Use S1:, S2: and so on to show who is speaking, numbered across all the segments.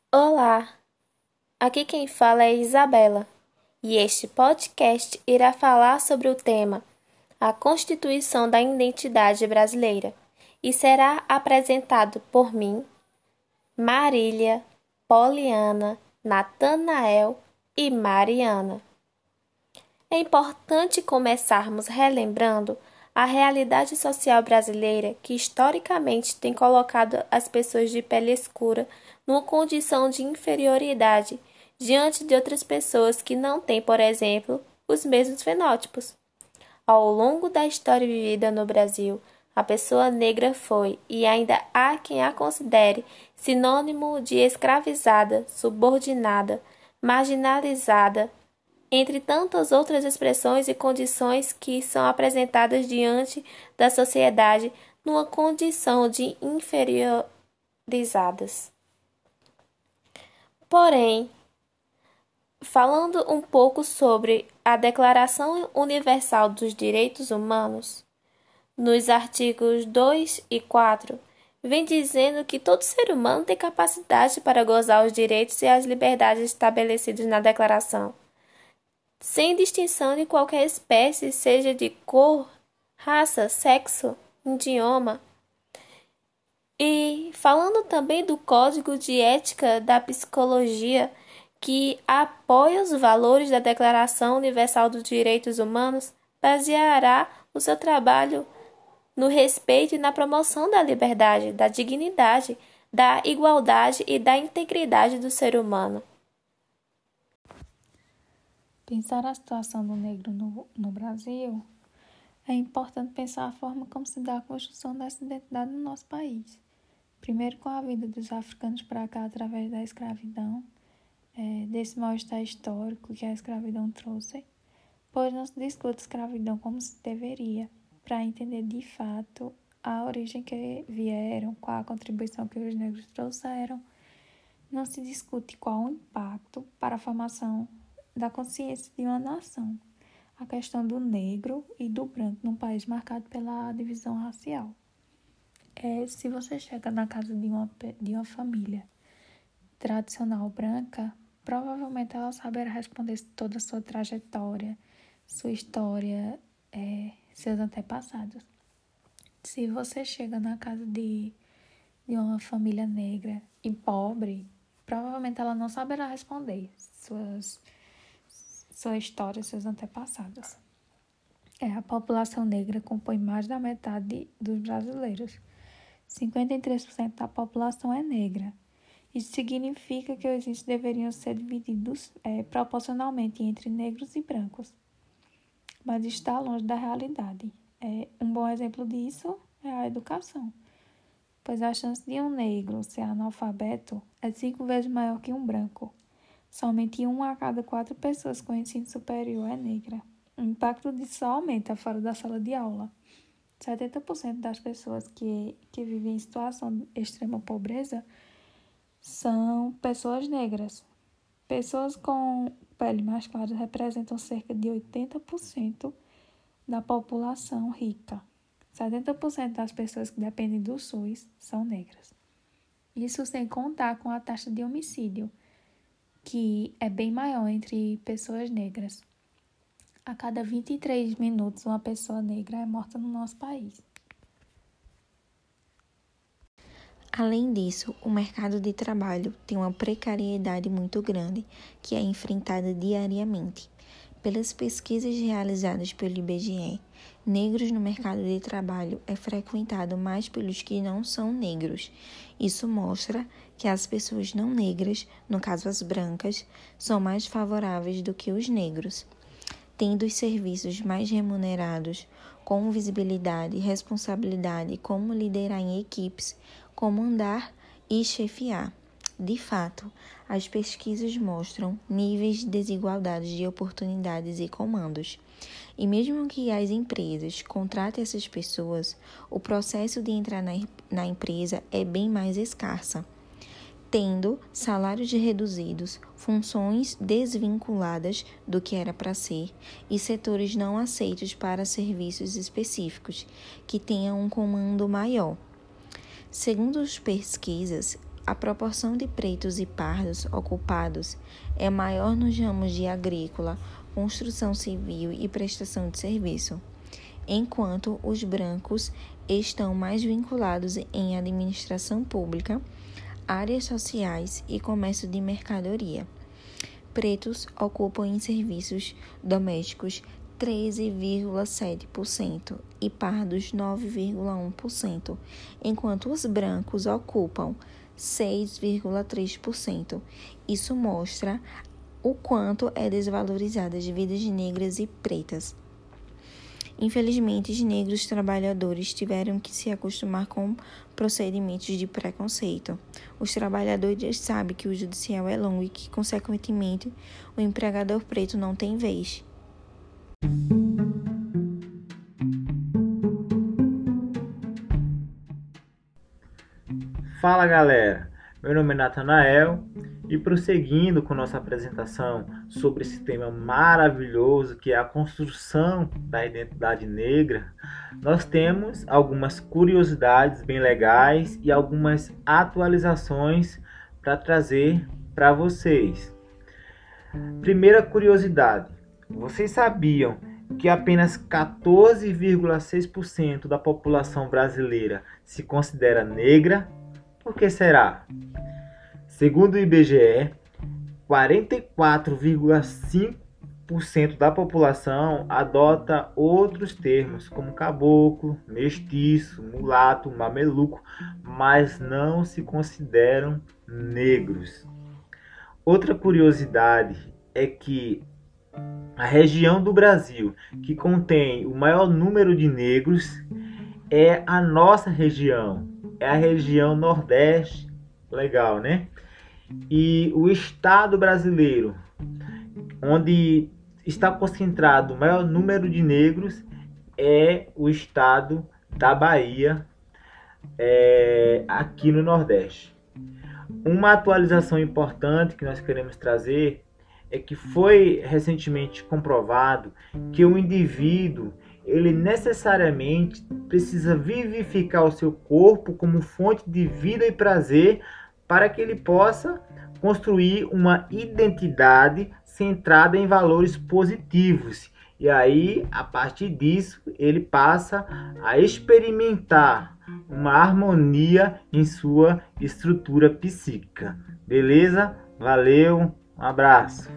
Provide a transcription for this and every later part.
S1: Olá, aqui quem fala é Isabela e este podcast irá falar sobre o tema A Constituição da Identidade Brasileira e será apresentado por mim, Marília, Poliana, Natanael e Mariana. É importante começarmos relembrando a realidade social brasileira que historicamente tem colocado as pessoas de pele escura numa condição de inferioridade diante de outras pessoas que não têm, por exemplo, os mesmos fenótipos. Ao longo da história vivida no Brasil, a pessoa negra foi, e ainda há quem a considere, sinônimo de escravizada, subordinada, marginalizada, entre tantas outras expressões e condições que são apresentadas diante da sociedade numa condição de inferiorizadas. Porém, falando um pouco sobre a Declaração Universal dos Direitos Humanos, nos artigos 2 e 4, vem dizendo que todo ser humano tem capacidade para gozar os direitos e as liberdades estabelecidos na Declaração, sem distinção de qualquer espécie, seja de cor, raça, sexo, idioma. E falando também do Código de Ética da Psicologia, que apoia os valores da Declaração Universal dos Direitos Humanos, baseará o seu trabalho no respeito e na promoção da liberdade, da dignidade, da igualdade e da integridade do ser humano.
S2: Pensar a situação do negro no Brasil, é importante pensar a forma como se dá a construção dessa identidade no nosso país. Primeiro, com a vinda dos africanos para cá através da escravidão, desse mal-estar histórico que a escravidão trouxe, pois não se discute a escravidão como se deveria, para entender de fato a origem que vieram, qual a contribuição que os negros trouxeram. Não se discute qual o impacto para a formação da consciência de uma nação. A questão do negro e do branco num país marcado pela divisão racial. Se você chega na casa de uma família tradicional branca, provavelmente ela saberá responder toda a sua trajetória, sua história, seus antepassados. Se você chega na casa de uma família negra e pobre, provavelmente ela não saberá responder sua história, seus antepassados. A população negra compõe mais da metade dos brasileiros. 53% da população é negra. Isso significa que os índices deveriam ser divididos proporcionalmente entre negros e brancos. Mas está longe da realidade. Um bom exemplo disso é a educação, pois a chance de um negro ser analfabeto é 5 vezes maior que um branco. Somente 1 a cada 4 pessoas com ensino superior é negra. O impacto disso só aumenta fora da sala de aula. 70% das pessoas que vivem em situação de extrema pobreza são pessoas negras. Pessoas com pele mais clara representam cerca de 80% da população rica. 70% das pessoas que dependem do SUS são negras. Isso sem contar com a taxa de homicídio, que é bem maior entre pessoas negras. A cada 23 minutos, uma pessoa negra é morta no nosso país.
S3: Além disso, o mercado de trabalho tem uma precariedade muito grande, que é enfrentada diariamente. Pelas pesquisas realizadas pelo IBGE, negros no mercado de trabalho é frequentado mais pelos que não são negros. Isso mostra que as pessoas não negras, no caso as brancas, são mais favoráveis do que os negros, tendo os serviços mais remunerados, com visibilidade e responsabilidade, como liderar em equipes, comandar e chefiar. De fato, as pesquisas mostram níveis de desigualdades de oportunidades e comandos. E mesmo que as empresas contratem essas pessoas, o processo de entrar na empresa é bem mais escassa, tendo salários reduzidos, funções desvinculadas do que era para ser e setores não aceitos para serviços específicos, que tenham um comando maior. Segundo as pesquisas, A proporção de pretos e pardos ocupados é maior nos ramos de agrícola, construção civil e prestação de serviço, enquanto os brancos estão mais vinculados em administração pública, áreas sociais e comércio de mercadoria. Pretos ocupam em serviços domésticos 13,7% e pardos 9,1%, enquanto os brancos ocupam 6,3%. Isso mostra o quanto é desvalorizada as vidas negras e pretas. Infelizmente, os negros trabalhadores tiveram que se acostumar com procedimentos de preconceito. Os trabalhadores sabem que o judicial é longo e que, consequentemente, o empregador preto não tem vez.
S4: Fala galera, meu nome é Natanael e prosseguindo com nossa apresentação sobre esse tema maravilhoso que é a construção da identidade negra, nós temos algumas curiosidades bem legais e algumas atualizações para trazer para vocês. Primeira curiosidade, vocês sabiam que apenas 14,6% da população brasileira se considera negra? Por que será? Segundo o IBGE, 44,5% da população adota outros termos, como caboclo, mestiço, mulato, mameluco, mas não se consideram negros. Outra curiosidade é que a região do Brasil que contém o maior número de negros é a nossa região, é a região Nordeste. Legal, né? E o estado brasileiro, onde está concentrado o maior número de negros, é o estado da Bahia, aqui no Nordeste. Uma atualização importante que nós queremos trazer é que foi recentemente comprovado que o indivíduo ele necessariamente precisa vivificar o seu corpo como fonte de vida e prazer para que ele possa construir uma identidade centrada em valores positivos. E aí, a partir disso, ele passa a experimentar uma harmonia em sua estrutura psíquica. Beleza? Valeu, um abraço.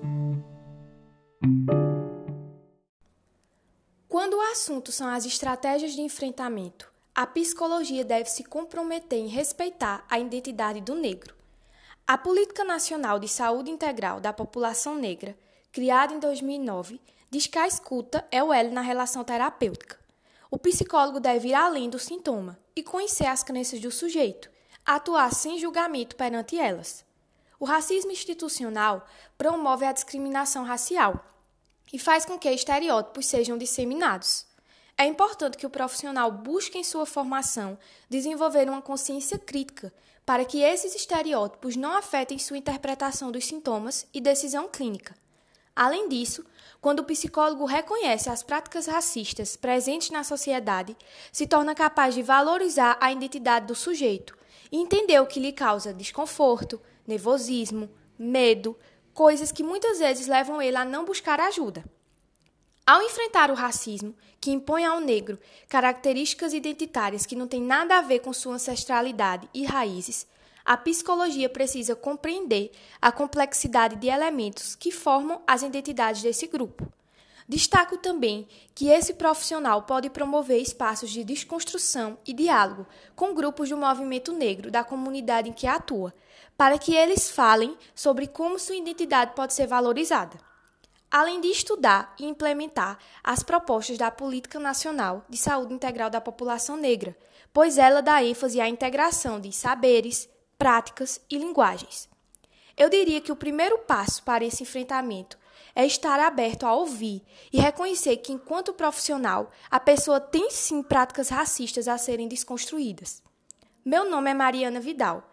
S1: Quando o assunto são as estratégias de enfrentamento, a psicologia deve se comprometer em respeitar a identidade do negro. A Política Nacional de Saúde Integral da População Negra, criada em 2009, diz que a escuta é o elo na relação terapêutica. O psicólogo deve ir além do sintoma e conhecer as crenças do sujeito, atuar sem julgamento perante elas. O racismo institucional promove a discriminação racial e faz com que estereótipos sejam disseminados. É importante que o profissional busque em sua formação desenvolver uma consciência crítica para que esses estereótipos não afetem sua interpretação dos sintomas e decisão clínica. Além disso, quando o psicólogo reconhece as práticas racistas presentes na sociedade, se torna capaz de valorizar a identidade do sujeito e entender o que lhe causa desconforto, nervosismo, medo, coisas que muitas vezes levam ele a não buscar ajuda. Ao enfrentar o racismo, que impõe ao negro características identitárias que não têm nada a ver com sua ancestralidade e raízes, a psicologia precisa compreender a complexidade de elementos que formam as identidades desse grupo. Destaco também que esse profissional pode promover espaços de desconstrução e diálogo com grupos do movimento negro da comunidade em que atua, para que eles falem sobre como sua identidade pode ser valorizada. Além de estudar e implementar as propostas da Política Nacional de Saúde Integral da População Negra, pois ela dá ênfase à integração de saberes, práticas e linguagens. Eu diria que o primeiro passo para esse enfrentamento é estar aberto a ouvir e reconhecer que, enquanto profissional, a pessoa tem sim práticas racistas a serem desconstruídas. Meu nome é Mariana Vidal.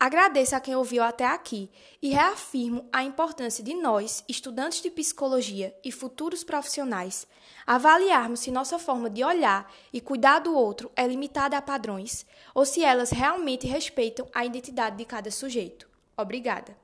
S5: Agradeço a quem ouviu até aqui e reafirmo a importância de nós, estudantes de psicologia e futuros profissionais, avaliarmos se nossa forma de olhar e cuidar do outro é limitada a padrões ou se elas realmente respeitam a identidade de cada sujeito. Obrigada.